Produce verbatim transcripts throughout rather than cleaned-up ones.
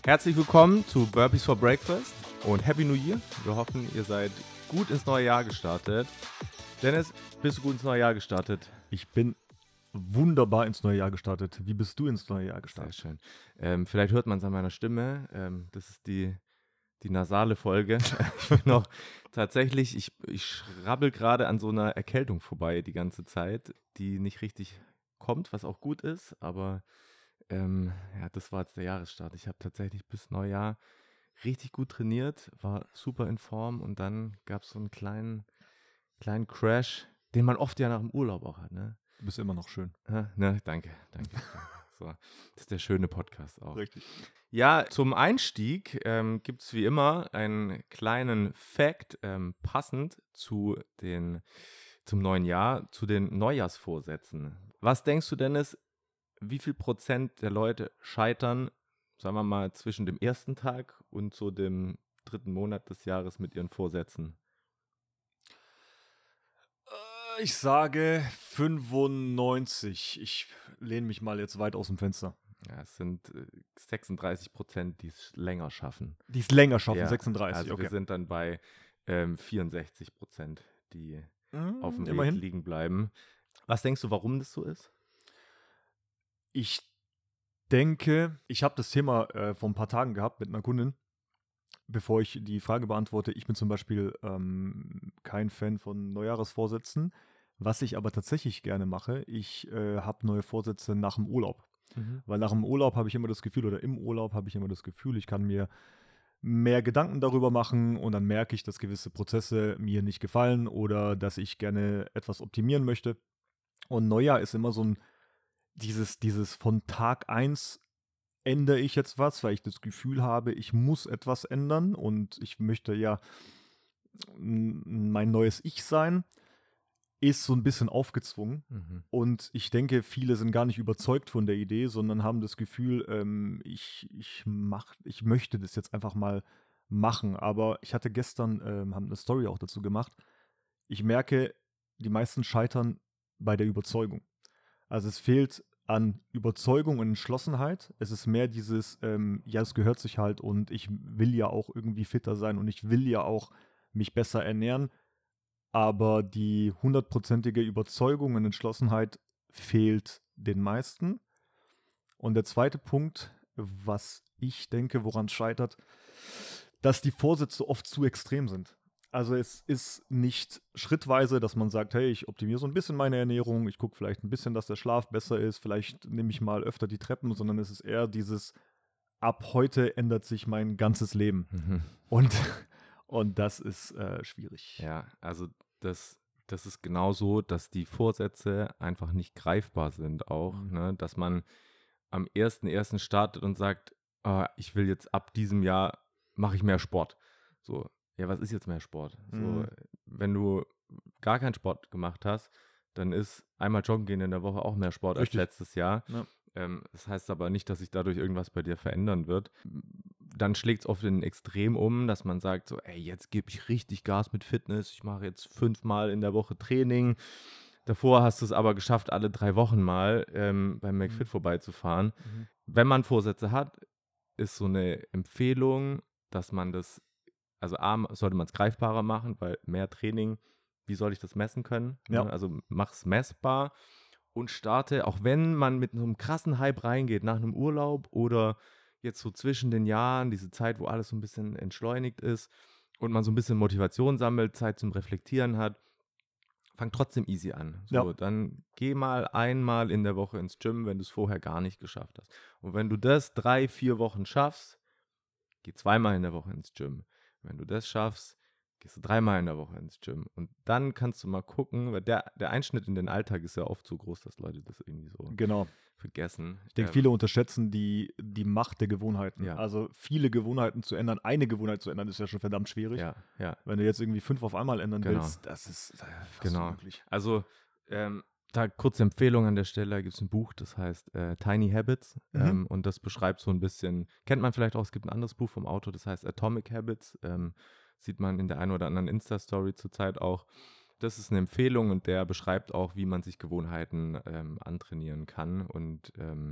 Herzlich willkommen zu Burpees for Breakfast und Happy New Year. Wir hoffen, ihr seid gut ins neue Jahr gestartet. Dennis, bist du gut ins neue Jahr gestartet? Ich bin wunderbar ins neue Jahr gestartet. Wie bist du ins neue Jahr gestartet? Sehr schön. Ähm, vielleicht hört man es an meiner Stimme. Ähm, das ist die, die nasale Folge. Ich bin noch tatsächlich, ich, ich schrabbel gerade an so einer Erkältung vorbei die ganze Zeit, die nicht richtig kommt, was auch gut ist, aber ähm, ja, das war jetzt der Jahresstart. Ich habe tatsächlich bis Neujahr richtig gut trainiert, war super in Form und dann gab es so einen kleinen, kleinen Crash, den man oft ja nach dem Urlaub auch hat, ne? Du bist immer noch schön. Ja, ne, danke, danke. danke. So, das ist der schöne Podcast auch. Richtig. Ja, zum Einstieg ähm, gibt es wie immer einen kleinen Fact, ähm, passend zu den, zum neuen Jahr, zu den Neujahrsvorsätzen. Was denkst du, Dennis, wie viel Prozent der Leute scheitern, sagen wir mal, zwischen dem ersten Tag und so dem dritten Monat des Jahres mit ihren Vorsätzen? Äh, Ich sage fünfundneunzig. Ich lehne mich mal jetzt weit aus dem Fenster. Ja, es sind äh, sechsunddreißig Prozent, die es länger schaffen. Die es länger schaffen, Ja, sechsunddreißig. Also wir Okay. sind dann bei ähm, vierundsechzig Prozent, die auf dem Mm, Weg immerhin. liegen bleiben. Was denkst du, warum das so ist? Ich denke, ich habe das Thema äh, vor ein paar Tagen gehabt mit einer Kundin, bevor ich die Frage beantworte. Ich bin zum Beispiel ähm, kein Fan von Neujahresvorsätzen. Was ich aber tatsächlich gerne mache, ich äh, habe neue Vorsätze nach dem Urlaub. Weil nach dem Urlaub habe ich immer das Gefühl, oder im Urlaub habe ich immer das Gefühl, ich kann mir mehr Gedanken darüber machen und dann merke ich, dass gewisse Prozesse mir nicht gefallen oder dass ich gerne etwas optimieren möchte. Und Neujahr ist immer so ein, dieses, dieses von Tag eins ändere ich jetzt was, weil ich das Gefühl habe, ich muss etwas ändern und ich möchte ja mm, mein neues Ich sein, ist so ein bisschen aufgezwungen. Mhm. Und ich denke, viele sind gar nicht überzeugt von der Idee, sondern haben das Gefühl, ähm, ich, ich, mach, ich möchte das jetzt einfach mal machen. Aber ich hatte gestern, ähm, haben eine Story auch dazu gemacht. Ich merke, die meisten scheitern bei der Überzeugung. Also es fehlt an Überzeugung und Entschlossenheit. Es ist mehr dieses, ähm, ja, es gehört sich halt und ich will ja auch irgendwie fitter sein und ich will ja auch mich besser ernähren. Aber die hundertprozentige Überzeugung und Entschlossenheit fehlt den meisten. Und der zweite Punkt, was ich denke, woran es scheitert, dass die Vorsätze oft zu extrem sind. Also es ist nicht schrittweise, dass man sagt, hey, ich optimiere so ein bisschen meine Ernährung, ich gucke vielleicht ein bisschen, dass der Schlaf besser ist, vielleicht nehme ich mal öfter die Treppen, sondern es ist eher dieses, ab heute ändert sich mein ganzes Leben. Mhm. Und, und das ist äh, schwierig. Ja, also das, das ist genau so, dass die Vorsätze einfach nicht greifbar sind auch, Mhm. ne? Dass man am ersten ersten startet und sagt, ah, ich will jetzt ab diesem Jahr, mache ich mehr Sport. So, ja, was ist jetzt mehr Sport? So, Mhm. wenn du gar keinen Sport gemacht hast, dann ist einmal joggen gehen in der Woche auch mehr Sport Richtig. als letztes Jahr. Ja. Ähm, das heißt aber nicht, dass sich dadurch irgendwas bei dir verändern wird. Dann schlägt es oft in ein Extrem um, dass man sagt so, ey, jetzt gebe ich richtig Gas mit Fitness, ich mache jetzt fünfmal in der Woche Training. Davor hast du es aber geschafft, alle drei Wochen mal ähm, beim McFit Mhm. vorbeizufahren. Mhm. Wenn man Vorsätze hat, ist so eine Empfehlung, dass man das, also A, sollte man es greifbarer machen, weil mehr Training, wie soll ich das messen können? Ja. Ne? Also mach es messbar und starte, auch wenn man mit so einem krassen Hype reingeht, nach einem Urlaub oder jetzt so zwischen den Jahren, diese Zeit, wo alles so ein bisschen entschleunigt ist und man so ein bisschen Motivation sammelt, Zeit zum Reflektieren hat, fang trotzdem easy an. So, Ja. dann geh mal einmal in der Woche ins Gym, wenn du es vorher gar nicht geschafft hast. Und wenn du das drei, vier Wochen schaffst, geh zweimal in der Woche ins Gym. Wenn du das schaffst, gehst du dreimal in der Woche ins Gym. Und dann kannst du mal gucken, weil der, der Einschnitt in den Alltag ist ja oft so groß, dass Leute das irgendwie so Genau. vergessen. Ich denke, Ähm, viele unterschätzen die, die Macht der Gewohnheiten. Ja. Also viele Gewohnheiten zu ändern, eine Gewohnheit zu ändern, ist ja schon verdammt schwierig. Ja, ja, Wenn du jetzt irgendwie fünf auf einmal ändern Genau. willst, das ist äh, fast genau. unmöglich. Also, ähm, da kurze Empfehlung an der Stelle, da gibt es ein Buch, das heißt äh, Tiny Habits Mhm. ähm, und das beschreibt so ein bisschen, kennt man vielleicht auch, es gibt ein anderes Buch vom Autor, das heißt Atomic Habits, ähm, sieht man in der einen oder anderen Insta-Story zurzeit auch. Das ist eine Empfehlung und der beschreibt auch, wie man sich Gewohnheiten ähm, antrainieren kann und ähm,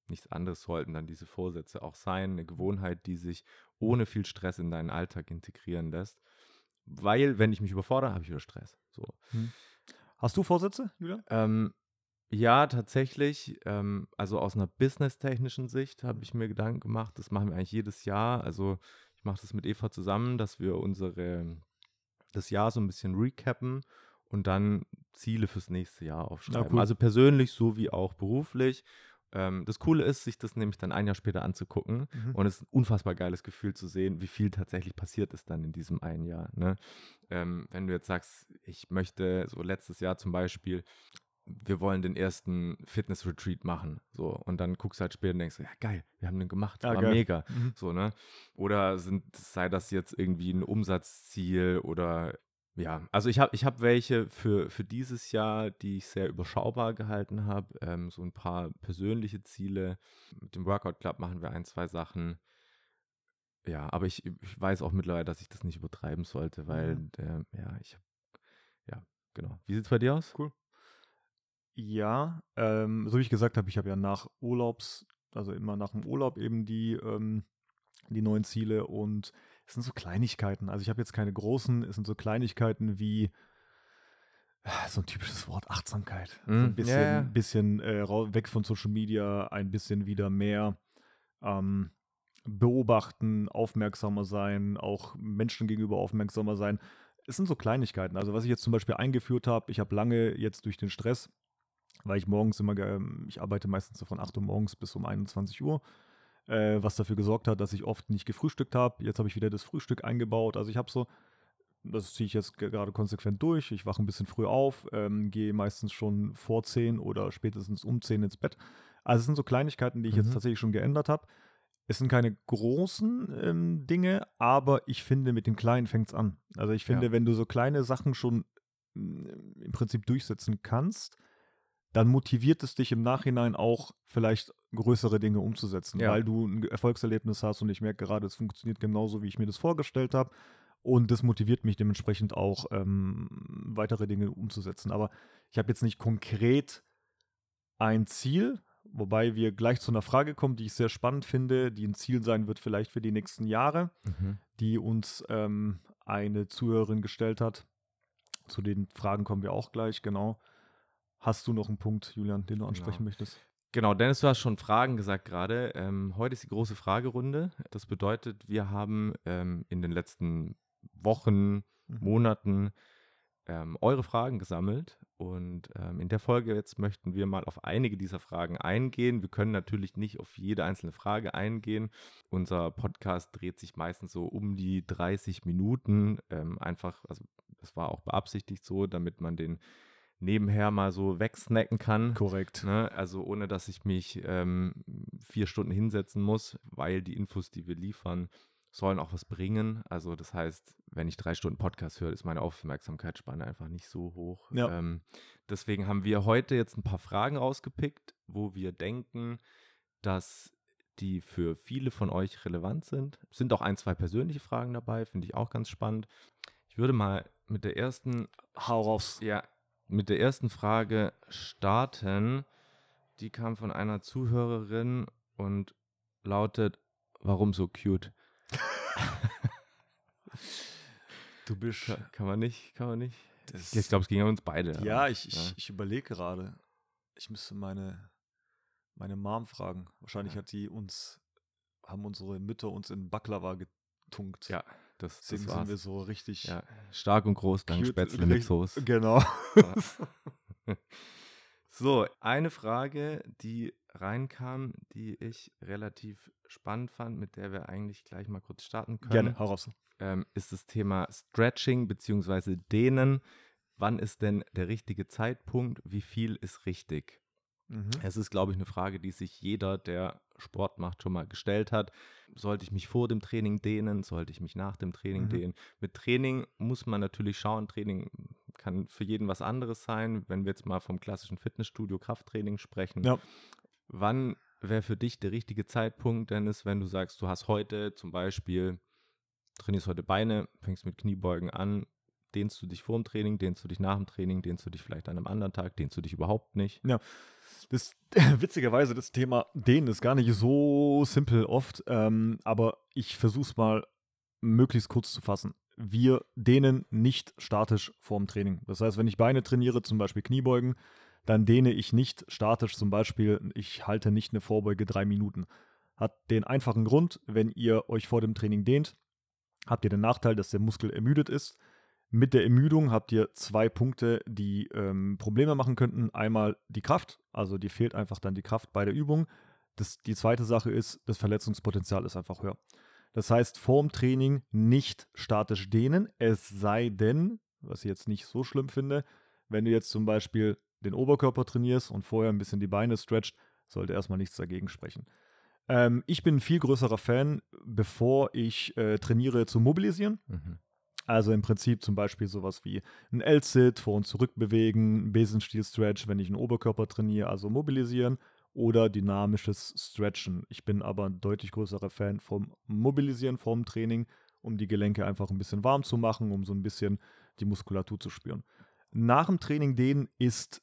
nichts anderes sollten dann diese Vorsätze auch sein. Eine Gewohnheit, die sich ohne viel Stress in deinen Alltag integrieren lässt. Weil, wenn ich mich überfordere, habe ich wieder Stress. So. Hm. Hast du Vorsätze, Julian? Ähm, ja, tatsächlich. Ähm, also aus einer businesstechnischen Sicht habe ich mir Gedanken gemacht. Das machen wir eigentlich jedes Jahr. Also ich mache das mit Eva zusammen, dass wir unsere das Jahr so ein bisschen recappen und dann Ziele fürs nächste Jahr aufschreiben. cool. Also persönlich sowie auch beruflich. Ähm, das Coole ist, sich das nämlich dann ein Jahr später anzugucken Mhm. und es ist ein unfassbar geiles Gefühl zu sehen, wie viel tatsächlich passiert ist dann in diesem einen Jahr. Ne? Ähm, wenn du jetzt sagst, ich möchte so letztes Jahr zum Beispiel, wir wollen den ersten Fitness-Retreat machen, so, und dann guckst du halt später und denkst, ja geil, wir haben den gemacht, Ah, war geil. mega, Mhm. so, ne, oder sind, sei das jetzt irgendwie ein Umsatzziel oder, ja, also ich habe ich hab welche für, für dieses Jahr, die ich sehr überschaubar gehalten habe, ähm, so ein paar persönliche Ziele, mit dem Workout Club machen wir ein, zwei Sachen, ja, aber ich, ich weiß auch mittlerweile, dass ich das nicht übertreiben sollte, weil, Mhm. äh, ja, ich, ja, genau. Wie sieht es bei dir aus? Cool. Ja, ähm, so wie ich gesagt habe, ich habe ja nach Urlaubs, also immer nach dem Urlaub eben die, ähm, die neuen Ziele und es sind so Kleinigkeiten. Also ich habe jetzt keine großen, es sind so Kleinigkeiten wie äh, so ein typisches Wort, Achtsamkeit. So ein Mm, ja, ja. bisschen, bisschen äh, rau- weg von Social Media, ein bisschen wieder mehr ähm, beobachten, aufmerksamer sein, auch Menschen gegenüber aufmerksamer sein. Es sind so Kleinigkeiten. Also was ich jetzt zum Beispiel eingeführt habe, ich habe lange jetzt durch den Stress, weil ich morgens immer, ge- ich arbeite meistens so von acht Uhr morgens bis um einundzwanzig Uhr, äh, was dafür gesorgt hat, dass ich oft nicht gefrühstückt habe. Jetzt habe ich wieder das Frühstück eingebaut. Also ich habe so, das ziehe ich jetzt ge- gerade konsequent durch. Ich wache ein bisschen früh auf, ähm, gehe meistens schon vor zehn oder spätestens um zehn ins Bett. Also es sind so Kleinigkeiten, die ich jetzt Mhm. tatsächlich schon geändert habe. Es sind keine großen ähm, Dinge, aber ich finde, mit dem Kleinen fängt es an. Also ich finde, Ja. wenn du so kleine Sachen schon mm, im Prinzip durchsetzen kannst, dann motiviert es dich im Nachhinein auch vielleicht größere Dinge umzusetzen, Ja. weil du ein Erfolgserlebnis hast und ich merke gerade, es funktioniert genauso, wie ich mir das vorgestellt habe. Und das motiviert mich dementsprechend auch, ähm, weitere Dinge umzusetzen. Aber ich habe jetzt nicht konkret ein Ziel, wobei wir gleich zu einer Frage kommen, die ich sehr spannend finde, die ein Ziel sein wird vielleicht für die nächsten Jahre, Mhm. die uns ähm, eine Zuhörerin gestellt hat. Zu den Fragen kommen wir auch gleich, genau. Hast du noch einen Punkt, Julian, den du ansprechen Genau. möchtest? Genau, Dennis, du hast schon Fragen gesagt gerade. Ähm, heute ist die große Fragerunde. Das bedeutet, wir haben ähm, in den letzten Wochen, Mhm. Monaten ähm, eure Fragen gesammelt. Und ähm, in der Folge jetzt möchten wir mal auf einige dieser Fragen eingehen. Wir können natürlich nicht auf jede einzelne Frage eingehen. Unser Podcast dreht sich meistens so um die dreißig Minuten. Ähm, einfach, also das war auch beabsichtigt so, damit man den nebenher mal so wegsnacken kann. Korrekt. Ne? Also ohne, dass ich mich ähm, vier Stunden hinsetzen muss, weil die Infos, die wir liefern, sollen auch was bringen. Also das heißt, wenn ich drei Stunden Podcast höre, ist meine Aufmerksamkeitsspanne einfach nicht so hoch. Ja. Ähm, deswegen haben wir heute jetzt ein paar Fragen rausgepickt, wo wir denken, dass die für viele von euch relevant sind. Es sind auch ein, zwei persönliche Fragen dabei, finde ich auch ganz spannend. Ich würde mal mit der ersten Hau raus. ja, mit der ersten Frage starten. Die kam von einer Zuhörerin und lautet, warum so cute? Du bist. Kann, kann man nicht, kann man nicht. Das, Ich glaube, es ging an uns beide. ja, aber, ich, ich, ja. ich überlege gerade. Ich müsste meine, meine Mom fragen. Wahrscheinlich Ja. hat die uns, haben unsere Mütter uns in Baklava getunkt. Ja, das, Deswegen das sind war's. wir so richtig Ja, stark und groß, dank cute, Spätzle mit richtig- Soße. Genau. Ja. So, eine Frage, die reinkam, die ich relativ spannend fand, mit der wir eigentlich gleich mal kurz starten können. Gerne, hau raus. ähm, ist das Thema Stretching bzw. Dehnen. Wann ist denn der richtige Zeitpunkt? Wie viel ist richtig? Mhm. Es ist, glaube ich, eine Frage, die sich jeder, der Sport macht, schon mal gestellt hat. Sollte ich mich vor dem Training dehnen? Sollte ich mich nach dem Training Mhm. dehnen? Mit Training muss man natürlich schauen. Training kann für jeden was anderes sein. Wenn wir jetzt mal vom klassischen Fitnessstudio Krafttraining sprechen. Ja. Wann wäre für dich der richtige Zeitpunkt, Dennis, wenn du sagst, du hast heute zum Beispiel, trainierst heute Beine, fängst mit Kniebeugen an, dehnst du dich vor dem Training, dehnst du dich nach dem Training, dehnst du dich vielleicht an einem anderen Tag, dehnst du dich überhaupt nicht? Ja. Das, witzigerweise, das Thema Dehnen ist gar nicht so simpel oft, ähm, aber ich versuche es mal möglichst kurz zu fassen. Wir dehnen nicht statisch vorm Training. Das heißt, wenn ich Beine trainiere, zum Beispiel Kniebeugen, dann dehne ich nicht statisch, zum Beispiel, ich halte nicht eine Vorbeuge drei Minuten. Hat den einfachen Grund, wenn ihr euch vor dem Training dehnt, habt ihr den Nachteil, dass der Muskel ermüdet ist. Mit der Ermüdung habt ihr zwei Punkte, die ähm, Probleme machen könnten. Einmal die Kraft, also dir fehlt einfach dann die Kraft bei der Übung. Das, die zweite Sache ist, das Verletzungspotenzial ist einfach höher. Das heißt, vorm Training nicht statisch dehnen, es sei denn, was ich jetzt nicht so schlimm finde, wenn du jetzt zum Beispiel den Oberkörper trainierst und vorher ein bisschen die Beine stretcht, sollte erstmal nichts dagegen sprechen. Ähm, ich bin ein viel größerer Fan, bevor ich äh, trainiere, zu mobilisieren. Mhm. Also im Prinzip zum Beispiel sowas wie ein L-Sit, vor und zurück bewegen, Besenstiel-Stretch, wenn ich einen Oberkörper trainiere, also mobilisieren oder dynamisches Stretchen. Ich bin aber ein deutlich größerer Fan vom Mobilisieren vorm Training, um die Gelenke einfach ein bisschen warm zu machen, um so ein bisschen die Muskulatur zu spüren. Nach dem Training dehnen ist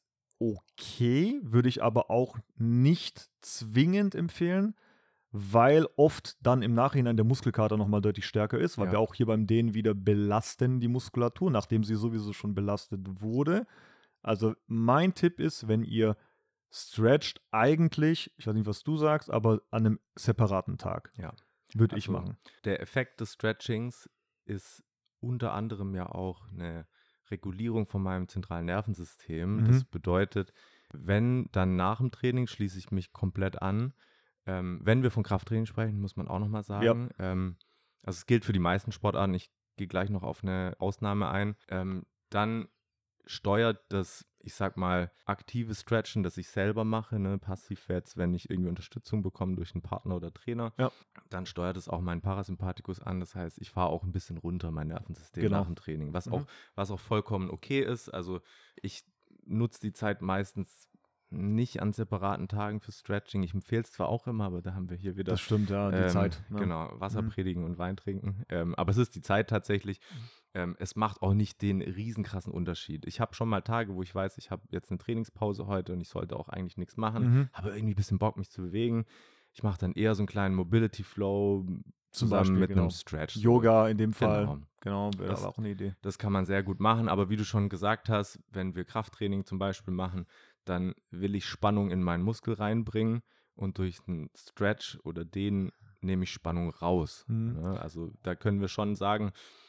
okay, würde ich aber auch nicht zwingend empfehlen, weil oft dann im Nachhinein der Muskelkater nochmal deutlich stärker ist, weil Ja. wir auch hier beim Dehnen wieder belasten die Muskulatur, nachdem sie sowieso schon belastet wurde. Also mein Tipp ist, wenn ihr stretcht, eigentlich, ich weiß nicht, was du sagst, aber an einem separaten Tag. Ja. Würde ich Also, machen. Der Effekt des Stretchings ist unter anderem ja auch eine Regulierung von meinem zentralen Nervensystem. Mhm. Das bedeutet, wenn dann nach dem Training schließe ich mich komplett an. Ähm, wenn wir von Krafttraining sprechen, muss man auch nochmal sagen. Ähm, also es gilt für die meisten Sportarten. Ich gehe gleich noch auf eine Ausnahme ein. Ähm, dann steuert das, ich sag mal, aktive Stretchen, das ich selber mache, ne, passiv jetzt, wenn ich irgendwie Unterstützung bekomme durch einen Partner oder Trainer, Ja. dann steuert es auch meinen Parasympathikus an. Das heißt, ich fahre auch ein bisschen runter mein Nervensystem Genau. nach dem Training, was, Mhm. auch, was auch vollkommen okay ist. Also ich nutze die Zeit meistens nicht an separaten Tagen für Stretching. Ich empfehle es zwar auch immer, aber da haben wir hier wieder Das stimmt, ja, die ähm, Zeit. Ne? Genau, Wasser Mhm. predigen und Wein trinken. Ähm, aber es ist die Zeit tatsächlich. Ähm, es macht auch nicht den riesenkrassen Unterschied. Ich habe schon mal Tage, wo ich weiß, ich habe jetzt eine Trainingspause heute und ich sollte auch eigentlich nichts machen, Mhm. habe irgendwie ein bisschen Bock, mich zu bewegen. Ich mache dann eher so einen kleinen Mobility Flow zusammen Beispiel, mit genau. einem Stretch. so. Yoga in dem Fall. Genau. Genau, wäre Das- aber auch eine Idee. Das kann man sehr gut machen, aber wie du schon gesagt hast, wenn wir Krafttraining zum Beispiel machen, dann will ich Spannung in meinen Muskel reinbringen und durch einen Stretch oder den nehme ich Spannung raus. Mhm. Ne? Also da können wir schon sagen,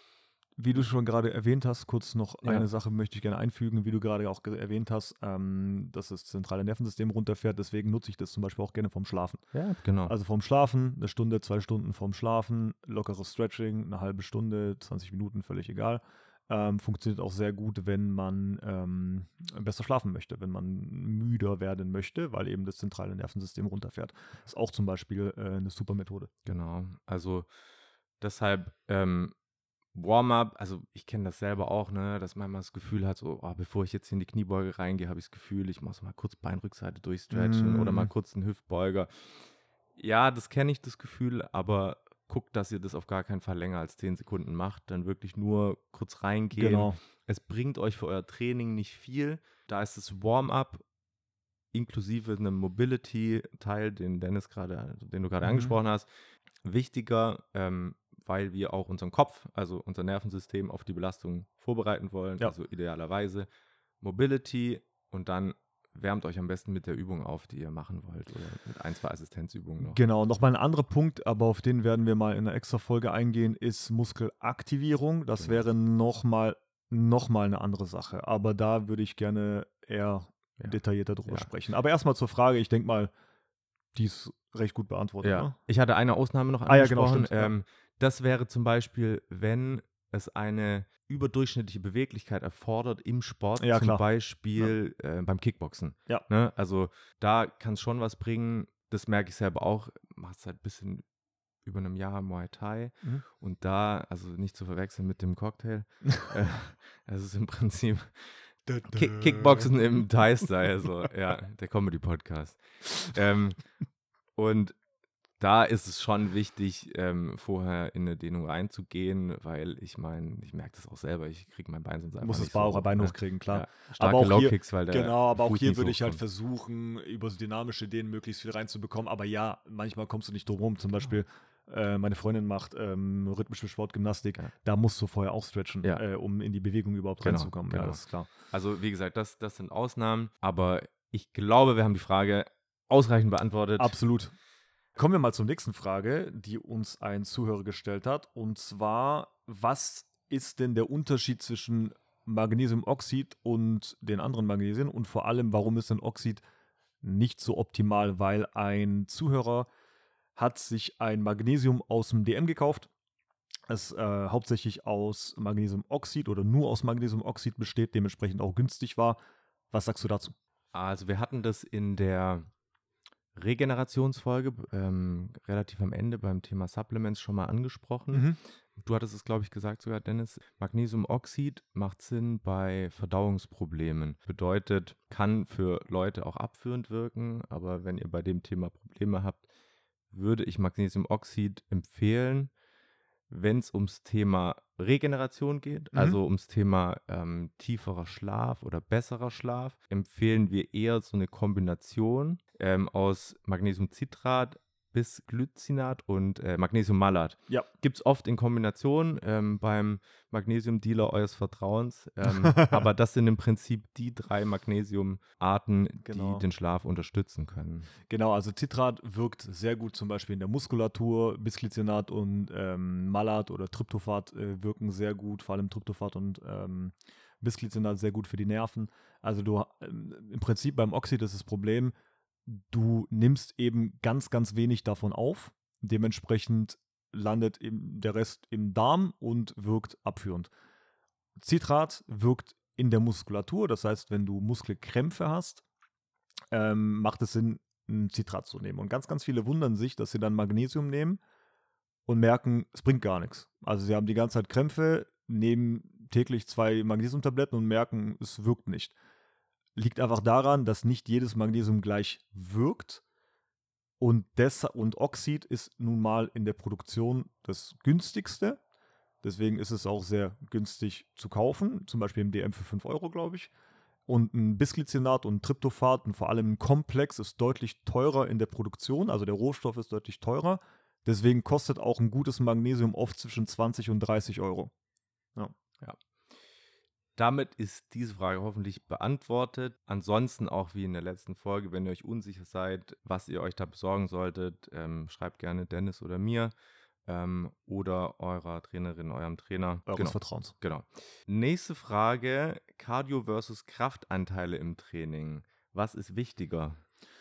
Wie du schon gerade erwähnt hast, kurz noch Ja. eine Sache möchte ich gerne einfügen, wie du gerade auch ge- erwähnt hast, ähm, dass das zentrale Nervensystem runterfährt. Deswegen nutze ich das zum Beispiel auch gerne vorm Schlafen. ja, genau. Also vorm Schlafen, eine Stunde, zwei Stunden vorm Schlafen, lockeres Stretching, eine halbe Stunde, zwanzig Minuten, völlig egal. Ähm, funktioniert auch sehr gut, wenn man ähm, besser schlafen möchte, wenn man müder werden möchte, weil eben das zentrale Nervensystem runterfährt. Ist auch zum Beispiel äh, eine super Methode. Genau. Also deshalb ähm, Warm-up, also ich kenne das selber auch, ne, dass man mal das Gefühl hat, so, oh, bevor ich jetzt in die Kniebeuge reingehe, habe ich das Gefühl, ich muss mal kurz Beinrückseite durchstretchen oder mal Mhm. kurz einen Hüftbeuger. Ja, das kenne ich, das Gefühl, aber guckt, dass ihr das auf gar keinen Fall länger als zehn Sekunden macht, dann wirklich nur kurz reingehen. Genau. Es bringt euch für euer Training nicht viel. Da ist das Warm-up inklusive einem Mobility-Teil, den Dennis gerade, den du gerade Mhm. angesprochen hast, wichtiger, ähm, weil wir auch unseren Kopf, also unser Nervensystem auf die Belastung vorbereiten wollen, Ja. also idealerweise Mobility und dann wärmt euch am besten mit der Übung auf, die ihr machen wollt oder mit ein, zwei Assistenzübungen noch. Genau, nochmal ein anderer Punkt, aber auf den werden wir mal in einer extra Folge eingehen, ist Muskelaktivierung. Das Genau. wäre nochmal noch mal eine andere Sache, aber da würde ich gerne eher Ja. detaillierter drüber Ja. sprechen. Aber erstmal zur Frage, ich denke mal, die ist recht gut beantwortet. Ja, Ne? ich hatte eine Ausnahme noch Ah ja, genau, angesprochen. stimmt, ja. ähm, das wäre zum Beispiel, wenn es eine überdurchschnittliche Beweglichkeit erfordert im Sport, Ja, zum klar. Beispiel äh, beim Kickboxen. Ja. Ne? Also da kann es schon was bringen. Das merke ich selber auch. Macht es halt ein bisschen über einem Jahr Muay Thai. Mhm. Und da, also nicht zu verwechseln mit dem Cocktail, äh, es ist im Prinzip Kick Kickboxen im Thai-Style, so, ja, der Comedy-Podcast. ähm, und da ist es schon wichtig, ähm, vorher in eine Dehnung reinzugehen, weil ich meine, ich merke das auch selber, ich kriege mein Bein sonst Du einfach musst das nicht so hoch, Bein ne? hochkriegen, klar. Ja, Aber starke auch hier, Low-Kicks, weil der genau, aber auch Fuß hier nicht so würde ich halt hochkommt. versuchen, über so dynamische Dehnen möglichst viel reinzubekommen. Aber ja, manchmal kommst du nicht drum rum. Zum Genau. Beispiel, äh, meine Freundin macht ähm, rhythmische Sportgymnastik. Ja. Da musst du vorher auch stretchen, Ja. äh, um in die Bewegung überhaupt Genau, reinzukommen. genau. Ja, das ist klar. Also wie gesagt, das, das sind Ausnahmen, aber ich glaube, wir haben die Frage ausreichend beantwortet. Absolut. Kommen wir mal zur nächsten Frage, die uns ein Zuhörer gestellt hat. Und zwar, was ist denn der Unterschied zwischen Magnesiumoxid und den anderen Magnesien? Und vor allem, warum ist denn Oxid nicht so optimal? Weil ein Zuhörer hat sich ein Magnesium aus dem D M gekauft, das äh, hauptsächlich aus Magnesiumoxid oder nur aus Magnesiumoxid besteht, dementsprechend auch günstig war. Was sagst du dazu? Also wir hatten das in der Regenerationsfolge ähm, relativ am Ende beim Thema Supplements schon mal angesprochen. Mhm. Du hattest es, glaube ich, gesagt sogar, Dennis. Magnesiumoxid macht Sinn bei Verdauungsproblemen. Bedeutet, kann für Leute auch abführend wirken, aber wenn ihr bei dem Thema Probleme habt, würde ich Magnesiumoxid empfehlen, wenn es ums Thema Regeneration geht, Mhm. also ums Thema ähm, tieferer Schlaf oder besserer Schlaf, empfehlen wir eher so eine Kombination ähm, aus Magnesiumcitrat, Bisglycinat und äh, Magnesiummalat. Ja. Gibt es oft in Kombination ähm, beim Magnesiumdealer eures Vertrauens. Ähm, aber das sind im Prinzip die drei Magnesiumarten, Genau. die den Schlaf unterstützen können. Genau, also Citrat wirkt sehr gut zum Beispiel in der Muskulatur. Bisglycinat und ähm, Malat oder Tryptophat äh, wirken sehr gut, vor allem Tryptophat und ähm, Bisglycinat sehr gut für die Nerven. Also du ähm, im Prinzip beim Oxid ist das Problem, du nimmst eben ganz, ganz wenig davon auf. Dementsprechend landet eben der Rest im Darm und wirkt abführend. Citrat wirkt in der Muskulatur, das heißt, wenn du Muskelkrämpfe hast, ähm, macht es Sinn, ein Citrat zu nehmen. Und ganz, ganz viele wundern sich, dass sie dann Magnesium nehmen und merken, es bringt gar nichts. Also sie haben die ganze Zeit Krämpfe, nehmen täglich zwei Magnesiumtabletten und merken, es wirkt nicht. Liegt einfach daran, dass nicht jedes Magnesium gleich wirkt. Und, des, und Oxid ist nun mal in der Produktion das günstigste. Deswegen ist es auch sehr günstig zu kaufen. Zum Beispiel im D M für fünf Euro, glaube ich. Und ein Bisglycinat und ein Tryptophat und vor allem ein Komplex ist deutlich teurer in der Produktion. Also der Rohstoff ist deutlich teurer. Deswegen kostet auch ein gutes Magnesium oft zwischen zwanzig und dreißig Euro. Ja. Ja. Damit ist diese Frage hoffentlich beantwortet. Ansonsten auch wie in der letzten Folge, wenn ihr euch unsicher seid, was ihr euch da besorgen solltet, ähm, schreibt gerne Dennis oder mir ähm, oder eurer Trainerin, eurem Trainer. Eures genau. Vertrauens. Genau. Nächste Frage, Cardio versus Kraftanteile im Training. Was ist wichtiger?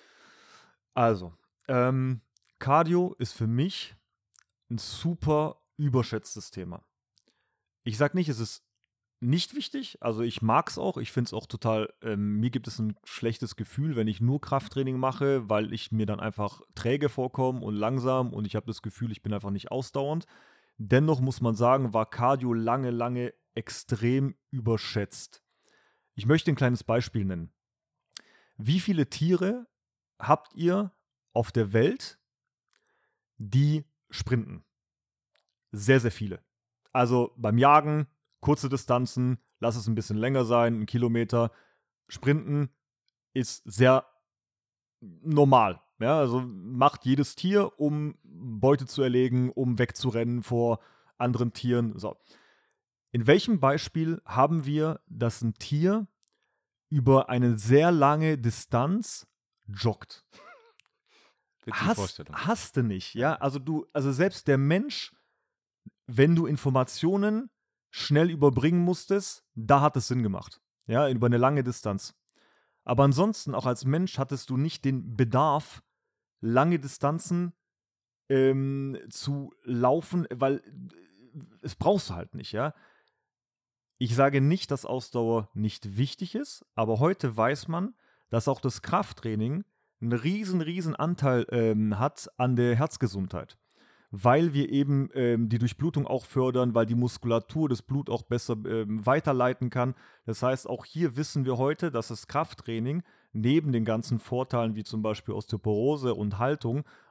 Also, ähm, Cardio ist für mich ein super überschätztes Thema. Ich sag nicht, es ist nicht wichtig, also ich mag es auch, ich finde es auch total, ähm, mir gibt es ein schlechtes Gefühl, wenn ich nur Krafttraining mache, weil ich mir dann einfach träge vorkomme und langsam und ich habe das Gefühl, ich bin einfach nicht ausdauernd. Dennoch muss man sagen, war Cardio lange, lange extrem überschätzt. Ich möchte ein kleines Beispiel nennen. Wie viele Tiere habt ihr auf der Welt, die sprinten? Sehr, sehr viele. Also beim Jagen, kurze Distanzen, lass es ein bisschen länger sein, ein Kilometer. Sprinten ist sehr normal. Ja, also macht jedes Tier, um Beute zu erlegen, um wegzurennen vor anderen Tieren. So. In welchem Beispiel haben wir, dass ein Tier über eine sehr lange Distanz joggt? Hast, hast du nicht, ja? Also du, also selbst der Mensch, wenn du Informationen schnell überbringen musstest, da hat es Sinn gemacht. Ja, über eine lange Distanz. Aber ansonsten, auch als Mensch, hattest du nicht den Bedarf, lange Distanzen ähm, zu laufen, weil es brauchst du halt nicht, ja. Ich sage nicht, dass Ausdauer nicht wichtig ist, aber heute weiß man, dass auch das Krafttraining einen riesen, riesen Anteil ähm, hat an der Herzgesundheit. Weil wir eben ähm, die Durchblutung auch fördern, weil die Muskulatur das Blut auch besser ähm, weiterleiten kann. Das heißt, auch hier wissen wir heute, dass das Krafttraining neben den ganzen Vorteilen wie zum Beispiel Osteoporose und Haltung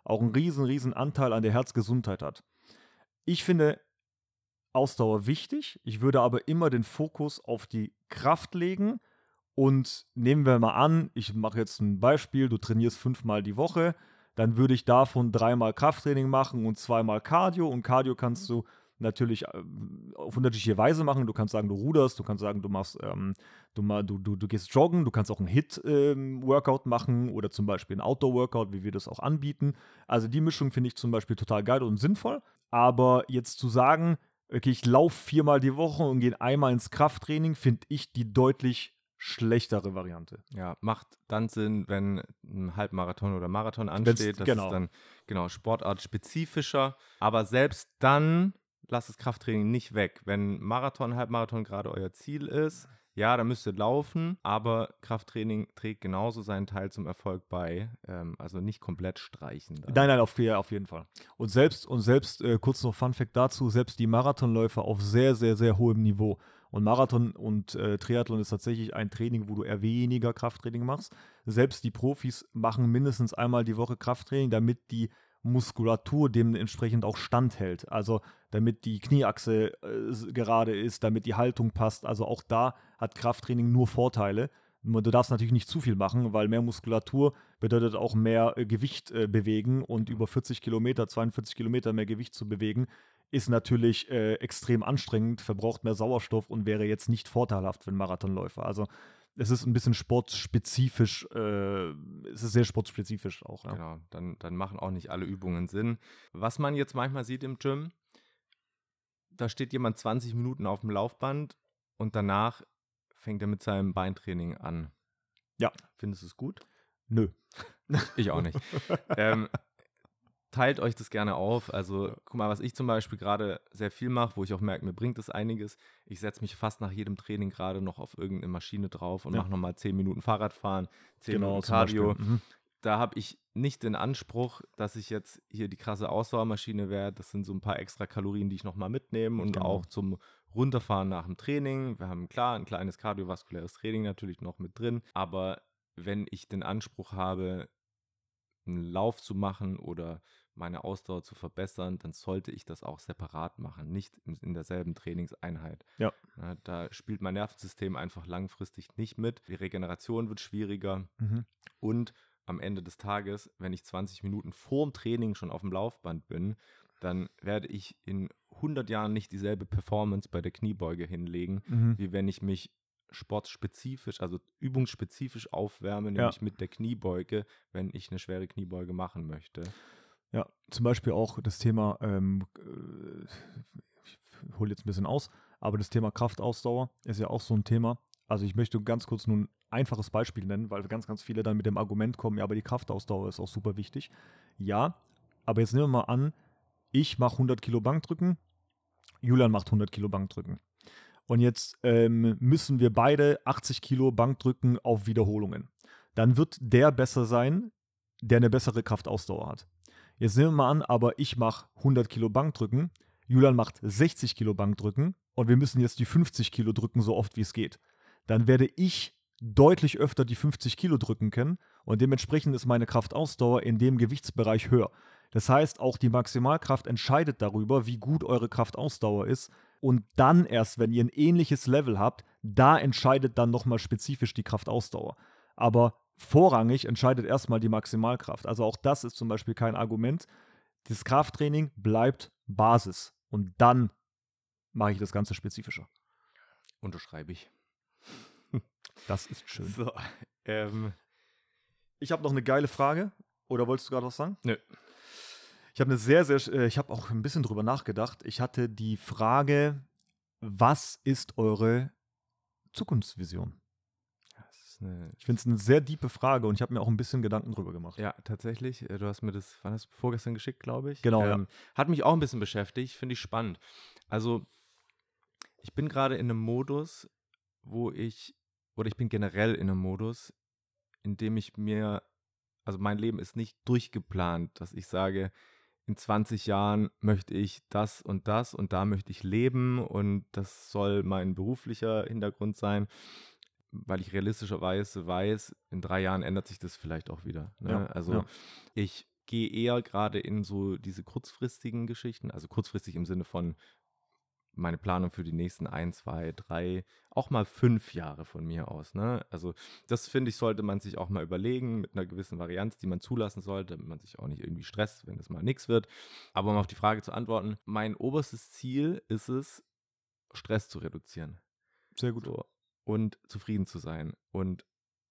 auch einen riesen, riesen Anteil an der Herzgesundheit hat. Ich finde Ausdauer wichtig. Ich würde aber immer den Fokus auf die Kraft legen. Und nehmen wir mal an, ich mache jetzt ein Beispiel, du trainierst fünfmal die Woche, dann würde ich davon dreimal Krafttraining machen und zweimal Cardio. Und Cardio kannst du natürlich äh, auf unterschiedliche Weise machen. Du kannst sagen, du ruderst, du kannst sagen, du machst, ähm, du, mal, du, du, du gehst joggen, du kannst auch einen Hit-Workout ähm, machen oder zum Beispiel ein Outdoor-Workout, wie wir das auch anbieten. Also die Mischung finde ich zum Beispiel total geil und sinnvoll. Aber jetzt zu sagen, okay, ich laufe viermal die Woche und gehe einmal ins Krafttraining, finde ich die deutlich schlechtere Variante. Ja, macht dann Sinn, wenn ein Halbmarathon oder Marathon ansteht. Das genau. ist dann genau sportartspezifischer. Aber selbst dann lasst das Krafttraining nicht weg. Wenn Marathon, Halbmarathon gerade euer Ziel ist, ja, dann müsst ihr laufen, aber Krafttraining trägt genauso seinen Teil zum Erfolg bei. Ähm, also nicht komplett streichen. Dann. Nein, nein, auf, ja, auf jeden Fall. Und selbst, und selbst äh, kurz noch Fun Fact dazu, selbst die Marathonläufer auf sehr, sehr, sehr hohem Niveau. Und Marathon und äh, Triathlon ist tatsächlich ein Training, wo du eher weniger Krafttraining machst. Selbst die Profis machen mindestens einmal die Woche Krafttraining, damit die Muskulatur dementsprechend auch standhält. Also damit die Knieachse äh, gerade ist, damit die Haltung passt. Also auch da hat Krafttraining nur Vorteile. Du darfst natürlich nicht zu viel machen, weil mehr Muskulatur bedeutet auch mehr äh, Gewicht äh, bewegen und über vierzig Kilometer, zweiundvierzig Kilometer mehr Gewicht zu bewegen, ist natürlich äh, extrem anstrengend, verbraucht mehr Sauerstoff und wäre jetzt nicht vorteilhaft für einen Marathonläufer. Also es ist ein bisschen sportspezifisch, äh, es ist sehr sportspezifisch auch. Ja. Genau, dann, dann machen auch nicht alle Übungen Sinn. Was man jetzt manchmal sieht im Gym, da steht jemand zwanzig Minuten auf dem Laufband und danach fängt er mit seinem Beintraining an. Ja. Findest du es gut? Nö. Ich auch nicht. ähm, teilt euch das gerne auf. Also guck mal, was ich zum Beispiel gerade sehr viel mache, wo ich auch merke, mir bringt es einiges. Ich setze mich fast nach jedem Training gerade noch auf irgendeine Maschine drauf und Ja. mache nochmal zehn Minuten Fahrradfahren, zehn Genau, Minuten zum Cardio. Beispiel. Mhm. Da habe ich nicht den Anspruch, dass ich jetzt hier die krasse Ausdauermaschine werde. Das sind so ein paar extra Kalorien, die ich nochmal mitnehme und Genau. auch zum Runterfahren nach dem Training. Wir haben klar ein kleines kardiovaskuläres Training natürlich noch mit drin, aber wenn ich den Anspruch habe, einen Lauf zu machen oder meine Ausdauer zu verbessern, dann sollte ich das auch separat machen, nicht in, in derselben Trainingseinheit. Ja. Ja, da spielt mein Nervensystem einfach langfristig nicht mit. Die Regeneration wird schwieriger Mhm. und am Ende des Tages, wenn ich zwanzig Minuten vorm Training schon auf dem Laufband bin, dann werde ich in hundert Jahren nicht dieselbe Performance bei der Kniebeuge hinlegen, Mhm. wie wenn ich mich sportspezifisch, also übungsspezifisch aufwärme, Ja. nämlich mit der Kniebeuge, wenn ich eine schwere Kniebeuge machen möchte. Ja, zum Beispiel auch das Thema, ähm, äh, ich hole jetzt ein bisschen aus, aber das Thema Kraftausdauer ist ja auch so ein Thema. Also ich möchte ganz kurz nur ein einfaches Beispiel nennen, weil ganz, ganz viele dann mit dem Argument kommen, ja, aber die Kraftausdauer ist auch super wichtig. Ja, aber jetzt nehmen wir mal an, ich mache hundert Kilo Bankdrücken, Julian macht hundert Kilo Bankdrücken. Und jetzt ähm, müssen wir beide achtzig Kilo Bankdrücken auf Wiederholungen. Dann wird der besser sein, der eine bessere Kraftausdauer hat. Jetzt nehmen wir mal an, aber ich mache hundert Kilo Bankdrücken, Julian macht sechzig Kilo Bankdrücken und wir müssen jetzt die fünfzig Kilo drücken, so oft wie es geht. Dann werde ich deutlich öfter die fünfzig Kilo drücken können und dementsprechend ist meine Kraftausdauer in dem Gewichtsbereich höher. Das heißt, auch die Maximalkraft entscheidet darüber, wie gut eure Kraftausdauer ist. Und dann erst, wenn ihr ein ähnliches Level habt, da entscheidet dann nochmal spezifisch die Kraftausdauer. Aber vorrangig entscheidet erstmal die Maximalkraft. Also auch das ist zum Beispiel kein Argument. Das Krafttraining bleibt Basis. Und dann mache ich das Ganze spezifischer. Unterschreibe ich. Das ist schön. So, ähm, Ich habe noch eine geile Frage. Oder wolltest du gerade was sagen? Nö. Ich habe eine sehr, sehr, äh, ich habe auch ein bisschen drüber nachgedacht. Ich hatte die Frage, was ist eure Zukunftsvision? Das ist eine, Ich finde es eine sehr diepe Frage und ich habe mir auch ein bisschen Gedanken drüber gemacht. ja, tatsächlich. äh, Du hast mir das, wann hast du vorgestern geschickt, glaube ich. Genau, ja. ähm, Hat mich auch ein bisschen beschäftigt, finde ich spannend. Also, ich bin gerade in einem Modus, wo ich, oder ich bin generell in einem Modus, in dem ich mir, also mein Leben ist nicht durchgeplant, dass ich sage, in zwanzig Jahren möchte ich das und das und da möchte ich leben und das soll mein beruflicher Hintergrund sein, weil ich realistischerweise weiß, in drei Jahren ändert sich das vielleicht auch wieder. Ne? Ja, also ja. ich gehe eher gerade in so diese kurzfristigen Geschichten, also kurzfristig im Sinne von meine Planung für die nächsten ein, zwei, drei, auch mal fünf Jahre von mir aus. Ne? Also das finde ich, sollte man sich auch mal überlegen mit einer gewissen Varianz, die man zulassen sollte, damit man sich auch nicht irgendwie stresst, wenn es mal nichts wird. Aber um auf die Frage zu antworten, mein oberstes Ziel ist es, Stress zu reduzieren. Sehr gut. So, und zufrieden zu sein. Und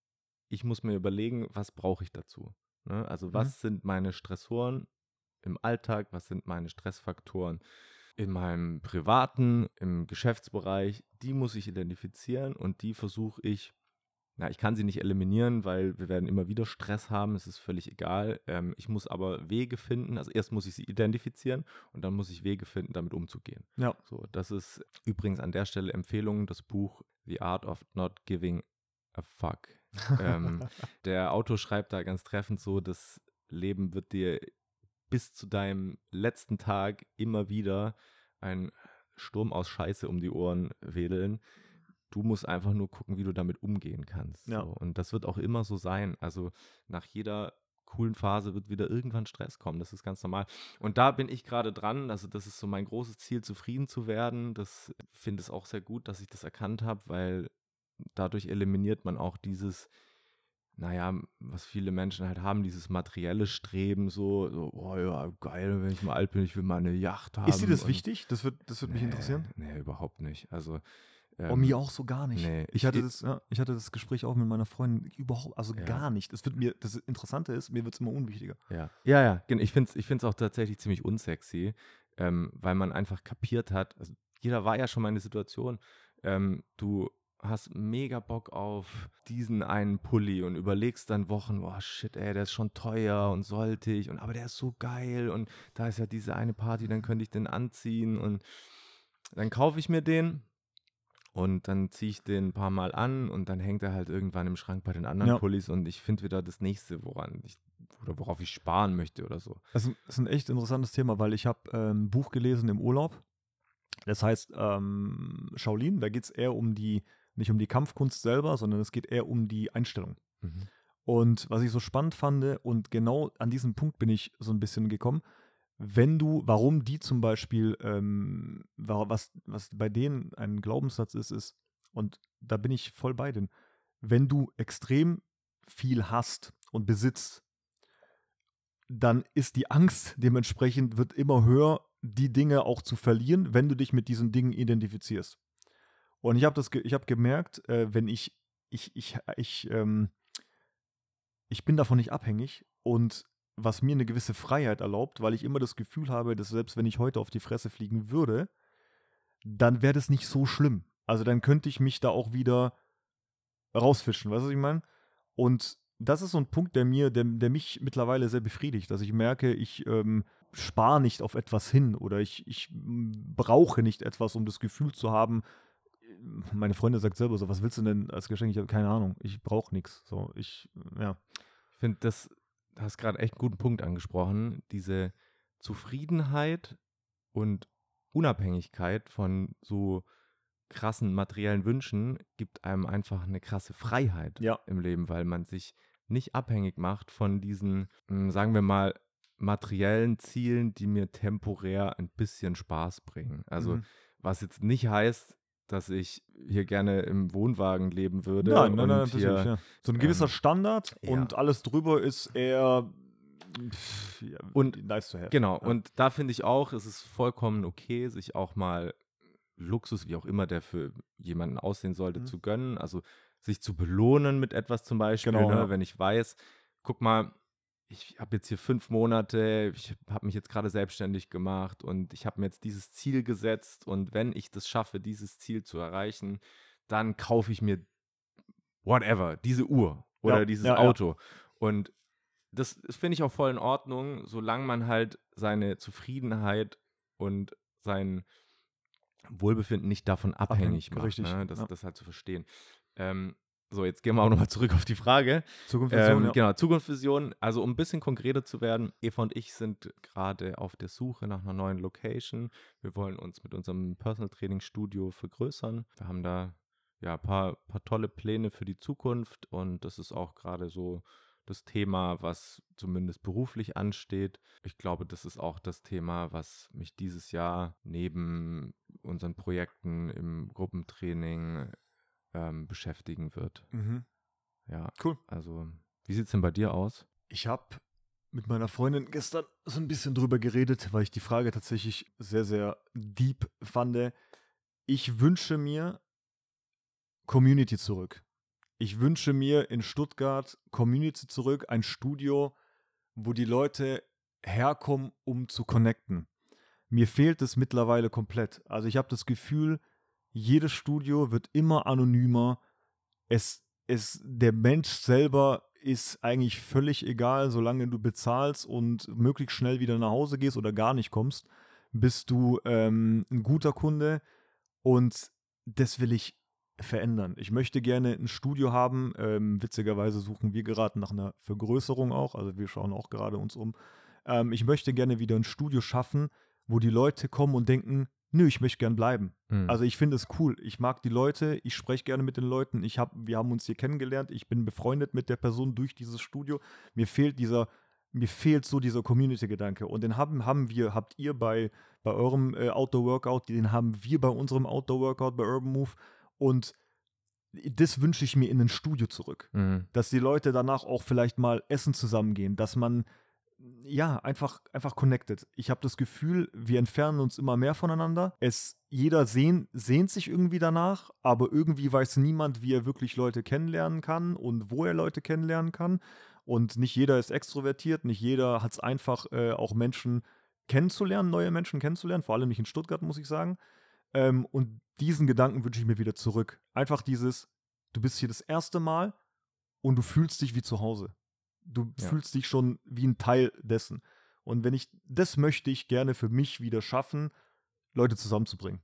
ich muss mir überlegen, was brauche ich dazu? Ne? Also was Mhm. sind meine Stressoren im Alltag, was sind meine Stressfaktoren in meinem privaten, im Geschäftsbereich, die muss ich identifizieren und die versuche ich, na, ich kann sie nicht eliminieren, weil wir werden immer wieder Stress haben, es ist völlig egal. Ähm, ich muss aber Wege finden, also erst muss ich sie identifizieren und dann muss ich Wege finden, damit umzugehen. Ja. So, das ist übrigens an der Stelle Empfehlung, das Buch The Art of Not Giving a Fuck. ähm, der Autor schreibt da ganz treffend so, das Leben wird dir bis zu deinem letzten Tag immer wieder ein Sturm aus Scheiße um die Ohren wedeln. Du musst einfach nur gucken, wie du damit umgehen kannst. Ja. So. Und das wird auch immer so sein. Also nach jeder coolen Phase wird wieder irgendwann Stress kommen. Das ist ganz normal. Und da bin ich gerade dran. Also das ist so mein großes Ziel, zufrieden zu werden. Das finde ich auch sehr gut, dass ich das erkannt habe, weil dadurch eliminiert man auch dieses, naja, was viele Menschen halt haben, dieses materielle Streben, so, so, oh ja, geil, wenn ich mal alt bin, ich will mal eine Yacht haben. Ist dir das und, wichtig? Das wird, das wird mich nee, interessieren. Nee, überhaupt nicht. Also, Oh, ähm, mir auch so gar nicht. nee, ich, ich- hatte das, ja, ich hatte das Gespräch auch mit meiner Freundin überhaupt, also Ja. gar nicht. Das wird mir, das Interessante ist, mir wird es immer unwichtiger. Ja, ja, ja. gen- Ich finde es ich find's auch tatsächlich ziemlich unsexy, ähm, weil man einfach kapiert hat, also jeder war ja schon mal in der Situation, ähm, du hast mega Bock auf diesen einen Pulli und überlegst dann Wochen, oh shit, ey, der ist schon teuer und sollte ich, und aber der ist so geil und da ist ja diese eine Party, dann könnte ich den anziehen und dann kaufe ich mir den. Und dann ziehe ich den ein paar Mal an und dann hängt er halt irgendwann im Schrank bei den anderen Ja. Pullis und ich finde wieder das nächste, woran ich, oder worauf ich sparen möchte oder so. Das ist, das ist ein echt interessantes Thema, weil ich habe ähm, ein Buch gelesen im Urlaub. Das heißt ähm, Shaolin, da geht es eher um die, nicht um die Kampfkunst selber, sondern es geht eher um die Einstellung. Mhm. Und was ich so spannend fand, und genau an diesen Punkt bin ich so ein bisschen gekommen, wenn du, warum die zum Beispiel, ähm, wa- was, was bei denen ein Glaubenssatz ist, ist, und da bin ich voll bei denen, wenn du extrem viel hast und besitzt, dann ist die Angst dementsprechend, wird immer höher, die Dinge auch zu verlieren, wenn du dich mit diesen Dingen identifizierst. Und ich habe das, ge ich habe gemerkt, äh, wenn ich, ich, ich, ich, ähm, ich bin davon nicht abhängig, und was mir eine gewisse Freiheit erlaubt, weil ich immer das Gefühl habe, dass selbst wenn ich heute auf die Fresse fliegen würde, dann wäre das nicht so schlimm. Also dann könnte ich mich da auch wieder rausfischen, weißt du, was ich meine? Und das ist so ein Punkt, der mir, der, der mich mittlerweile sehr befriedigt, dass ich merke, ich ähm, spare nicht auf etwas hin, oder ich, ich m, brauche nicht etwas, um das Gefühl zu haben. Meine Freundin sagt selber so, was willst du denn als Geschenk? Ich habe keine Ahnung, ich brauche nichts. So, ich, ja. Ich finde, das, du hast gerade echt einen guten Punkt angesprochen. Diese Zufriedenheit und Unabhängigkeit von so krassen materiellen Wünschen gibt einem einfach eine krasse Freiheit Ja. im Leben, weil man sich nicht abhängig macht von diesen, mh, sagen wir mal, materiellen Zielen, die mir temporär ein bisschen Spaß bringen. Also Mhm. was jetzt nicht heißt, dass ich hier gerne im Wohnwagen leben würde Nein, nein, und nein, natürlich, hier, ja. So ein gewisser ähm, Standard, ja. und alles drüber ist eher pff, ja, Und- nice to have. genau, Ja. und da finde ich auch, es ist vollkommen okay, sich auch mal Luxus, wie auch immer der für jemanden aussehen sollte, Mhm. zu gönnen. Also sich zu belohnen mit etwas zum Beispiel, Genau, ne? ja. Wenn ich weiß, guck mal, ich habe jetzt hier fünf Monate, ich habe mich jetzt gerade selbstständig gemacht und ich habe mir jetzt dieses Ziel gesetzt, und wenn ich das schaffe, dieses Ziel zu erreichen, dann kaufe ich mir whatever, diese Uhr oder Ja, dieses ja, ja. Auto. Und das, das finde ich auch voll in Ordnung, solange man halt seine Zufriedenheit und sein Wohlbefinden nicht davon abhängig, Abhängig, macht. richtig, Ne? Das, ja. das halt zu verstehen. Ähm, so, jetzt gehen wir auch nochmal zurück auf die Frage. Zukunftsvision, Ähm, ja. Genau, Zukunftsvision. Also, um ein bisschen konkreter zu werden, Eva und ich sind gerade auf der Suche nach einer neuen Location. Wir wollen uns mit unserem Personal Training Studio vergrößern. Wir haben da ja ein paar, paar tolle Pläne für die Zukunft, und das ist auch gerade so das Thema, was zumindest beruflich ansteht. Ich glaube, das ist auch das Thema, was mich dieses Jahr neben unseren Projekten im Gruppentraining ähm, beschäftigen wird. Mhm. Ja, Cool. also wie sieht es denn bei dir aus? Ich habe mit meiner Freundin gestern so ein bisschen drüber geredet, weil ich die Frage tatsächlich sehr, sehr deep fand. Ich wünsche mir Community zurück. Ich wünsche mir in Stuttgart Community zurück, ein Studio, wo die Leute herkommen, um zu connecten. Mir fehlt es mittlerweile komplett. Also ich habe das Gefühl, jedes Studio wird immer anonymer. Es, es, der Mensch selber ist eigentlich völlig egal, solange du bezahlst und möglichst schnell wieder nach Hause gehst oder gar nicht kommst, bist du ähm, ein guter Kunde, und das will ich verändern. Ich möchte gerne ein Studio haben. Ähm, witzigerweise suchen wir gerade nach einer Vergrößerung auch. Also wir schauen auch gerade uns um. Ähm, ich möchte gerne wieder ein Studio schaffen, wo die Leute kommen und denken, nö, ich möchte gern bleiben. Mhm. Also ich finde es cool. Ich mag die Leute. Ich spreche gerne mit den Leuten. Ich hab, wir haben uns hier kennengelernt. Ich bin befreundet mit der Person durch dieses Studio. Mir fehlt dieser Mir fehlt so dieser Community-Gedanke. Und den haben, haben wir, habt ihr bei, bei eurem äh, Outdoor-Workout, den haben wir bei unserem Outdoor-Workout bei Urban Move. Und das wünsche ich mir in ein Studio zurück. Mhm. Dass die Leute danach auch vielleicht mal essen zusammengehen, dass man ja einfach, einfach connected. Ich habe das Gefühl, wir entfernen uns immer mehr voneinander. Es, jeder sehn, sehnt sich irgendwie danach, aber irgendwie weiß niemand, wie er wirklich Leute kennenlernen kann und wo er Leute kennenlernen kann. Und nicht jeder ist extrovertiert, nicht jeder hat es einfach, äh, auch Menschen kennenzulernen, neue Menschen kennenzulernen, vor allem nicht in Stuttgart, muss ich sagen. Ähm, und diesen Gedanken wünsche ich mir wieder zurück. Einfach dieses, du bist hier das erste Mal und du fühlst dich wie zu Hause. Du Ja. fühlst dich schon wie ein Teil dessen. Und wenn ich, das möchte ich gerne für mich wieder schaffen, Leute zusammenzubringen.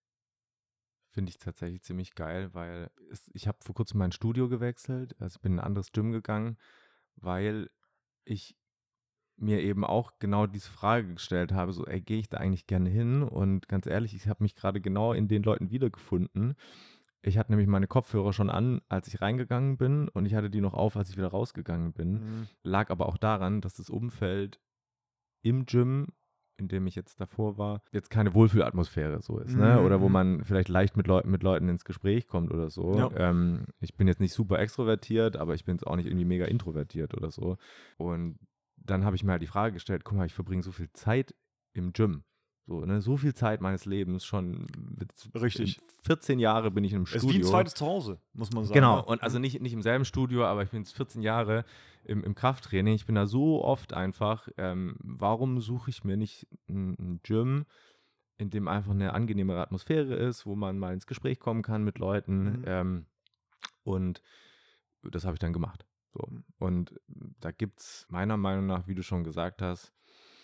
Finde ich tatsächlich ziemlich geil, weil es, ich habe vor kurzem mein Studio gewechselt, also ich bin in ein anderes Gym gegangen, weil ich mir eben auch genau diese Frage gestellt habe, so, ey, gehe ich da eigentlich gerne hin? Und ganz ehrlich, ich habe mich gerade genau in den Leuten wiedergefunden. Ich hatte nämlich meine Kopfhörer schon an, als ich reingegangen bin, und ich hatte die noch auf, als ich wieder rausgegangen bin. Mhm. Lag aber auch daran, dass das Umfeld im Gym, in dem ich jetzt davor war, jetzt keine Wohlfühlatmosphäre so ist, ne? Oder wo Mhm. man vielleicht leicht mit, Leu mit Leuten ins Gespräch kommt oder so. Ja. Ähm, ich bin jetzt nicht super extrovertiert, aber ich bin jetzt auch nicht irgendwie mega introvertiert oder so. Und dann habe ich mir halt die Frage gestellt, guck mal, ich verbringe so viel Zeit im Gym. So, ne? So viel Zeit meines Lebens, schon Richtig. vierzehn Jahre bin ich in einem Es ist Studio. wie ein zweites Zuhause, muss man sagen. Genau, ne? und also nicht, nicht im selben Studio, aber ich bin jetzt vierzehn Jahre im, im Krafttraining. Ich bin da so oft einfach, ähm, warum suche ich mir nicht ein, ein Gym, in dem einfach eine angenehmere Atmosphäre ist, wo man mal ins Gespräch kommen kann mit Leuten. Mhm. Ähm, und das habe ich dann gemacht. So. Mhm. Und da gibt es meiner Meinung nach, wie du schon gesagt hast,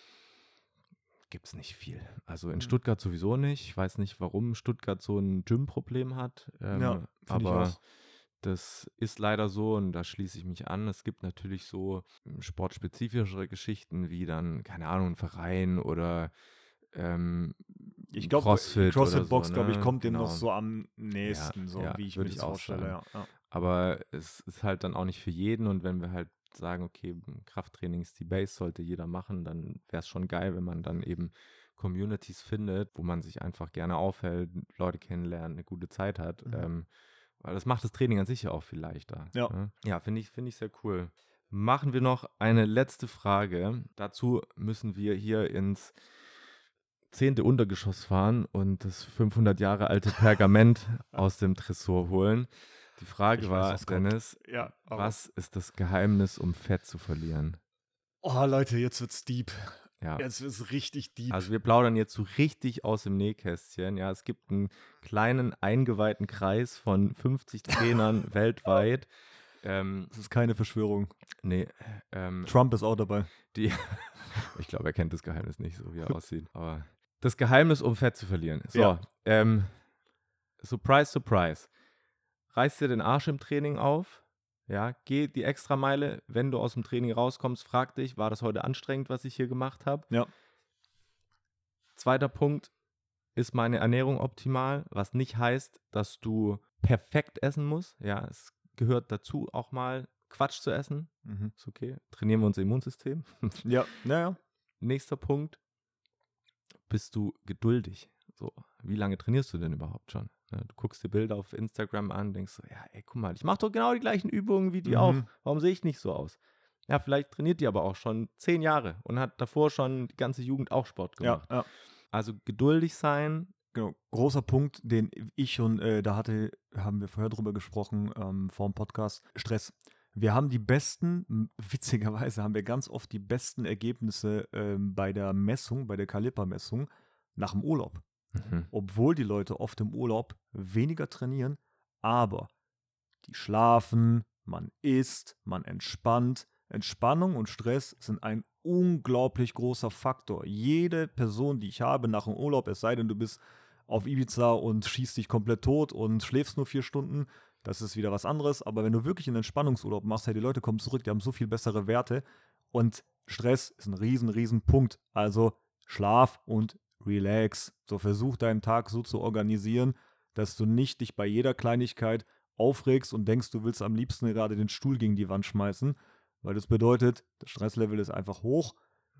gibt es nicht viel. Also in Mhm. Stuttgart sowieso nicht. Ich weiß nicht, warum Stuttgart so ein Gym-Problem hat. Ähm, Ja, finde ich aber auch. das ist leider so, und da schließe ich mich an. Es gibt natürlich so sportspezifischere Geschichten wie dann, keine Ahnung, ein Verein oder ähm, Ich glaube, CrossFit oder CrossFit Box, so, glaube ich, ne? kommt dem Genau. noch so am nächsten, Ja, so ja, wie ich mir würde das ich auch vorstelle. sagen. Ja. Ja. Aber es ist halt dann auch nicht für jeden, und wenn wir halt sagen, okay, Krafttraining ist die Base, sollte jeder machen, dann wäre es schon geil, wenn man dann eben Communities findet, wo man sich einfach gerne aufhält, Leute kennenlernt, eine gute Zeit hat. Mhm. Ähm, weil das macht das Training an sich ja auch viel leichter. Ja. Ne? Ja, finde ich, finde ich sehr cool. Machen wir noch eine letzte Frage. Dazu müssen wir hier ins zehnte Untergeschoss fahren und das fünfhundert Jahre alte Pergament aus dem Tresor holen. Die Frage Ich weiß, war, was kommt. Dennis, Ja, aber- was ist das Geheimnis, um Fett zu verlieren? Oh, Leute, jetzt wird's deep. Ja. Jetzt wird's richtig deep. Also wir plaudern jetzt so richtig aus dem Nähkästchen. Ja, es gibt einen kleinen eingeweihten Kreis von fünfzig Trainern weltweit. Ähm, das ist keine Verschwörung. nee, ähm, Trump ist auch dabei. die, ich glaube, er kennt das Geheimnis nicht, so wie er aussieht. Aber das Geheimnis, um Fett zu verlieren. So, Ja. ähm, surprise, surprise. Reiß dir den Arsch im Training auf. Ja, geh die Extrameile. Wenn du aus dem Training rauskommst, frag dich, war das heute anstrengend, was ich hier gemacht habe? Ja. Zweiter Punkt, ist meine Ernährung optimal, was nicht heißt, dass du perfekt essen musst. Ja, es gehört dazu auch mal Quatsch zu essen. Mhm. Ist okay. Trainieren wir unser Immunsystem. Ja, naja. Nächster Punkt. Bist du geduldig? So, wie lange trainierst du denn überhaupt schon? Ja, du guckst dir Bilder auf Instagram an, denkst so, ja, ey, guck mal, ich mache doch genau die gleichen Übungen wie die Mhm. auch. Warum sehe ich nicht so aus? Ja, vielleicht trainiert die aber auch schon zehn Jahre und hat davor schon die ganze Jugend auch Sport Ja, gemacht. ja. Also geduldig sein. Genau, großer Punkt, den ich schon, äh, da hatte, haben wir vorher drüber gesprochen, ähm, vor dem Podcast, Stress. Wir haben die besten, m- witzigerweise haben wir ganz oft die besten Ergebnisse ähm, bei der Messung, bei der Kalipermessung nach dem Urlaub. Mhm. Obwohl die Leute oft im Urlaub weniger trainieren, aber die schlafen, man isst, man entspannt. Entspannung und Stress sind ein unglaublich großer Faktor. Jede Person, die ich habe nach dem Urlaub, es sei denn, du bist auf Ibiza und schießt dich komplett tot und schläfst nur vier Stunden, das ist wieder was anderes. Aber wenn du wirklich einen Entspannungsurlaub machst, hey, die Leute kommen zurück, die haben so viel bessere Werte und Stress ist ein riesen, riesen Punkt. Also Schlaf und Relax. So versuch deinen Tag so zu organisieren, dass du nicht dich bei jeder Kleinigkeit aufregst und denkst, du willst am liebsten gerade den Stuhl gegen die Wand schmeißen, weil das bedeutet, das Stresslevel ist einfach hoch.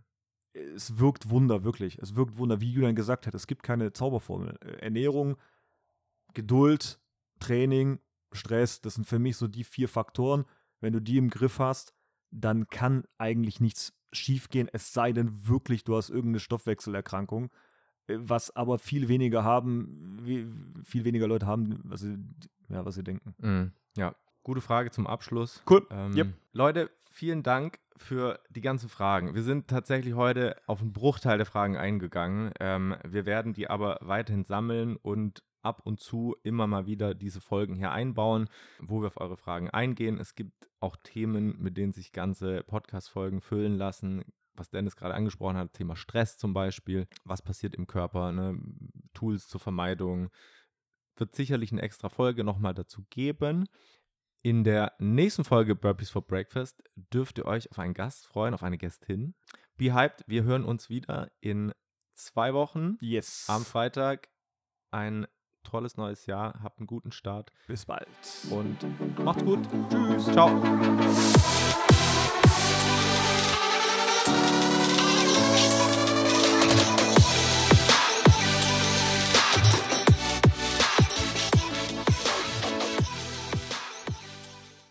Es wirkt Wunder, wirklich. Es wirkt Wunder, wie Julian gesagt hat, es gibt keine Zauberformel. Äh, Ernährung, Geduld, Training, Stress, das sind für mich so die vier Faktoren. Wenn du die im Griff hast, dann kann eigentlich nichts schiefgehen, es sei denn wirklich, du hast irgendeine Stoffwechselerkrankung, äh, was aber viel weniger haben, wie, viel weniger Leute haben, was sie, ja, was sie denken. Mhm. Ja, gute Frage zum Abschluss. Cool. Ähm, Yep. Leute, vielen Dank für die ganzen Fragen. Wir sind tatsächlich heute auf einen Bruchteil der Fragen eingegangen. Ähm, wir werden die aber weiterhin sammeln und ab und zu immer mal wieder diese Folgen hier einbauen, wo wir auf eure Fragen eingehen. Es gibt auch Themen, mit denen sich ganze Podcast-Folgen füllen lassen. Was Dennis gerade angesprochen hat, Thema Stress zum Beispiel. Was passiert im Körper, ne? Tools zur Vermeidung. Wird sicherlich eine extra Folge nochmal dazu geben. In der nächsten Folge Burpees for Breakfast dürft ihr euch auf einen Gast freuen, auf eine Gästin. Be hyped, wir hören uns wieder in zwei Wochen Yes. am Freitag. Ein tolles neues Jahr, habt einen guten Start Bis bald. und macht's gut. Tschüss. Ciao.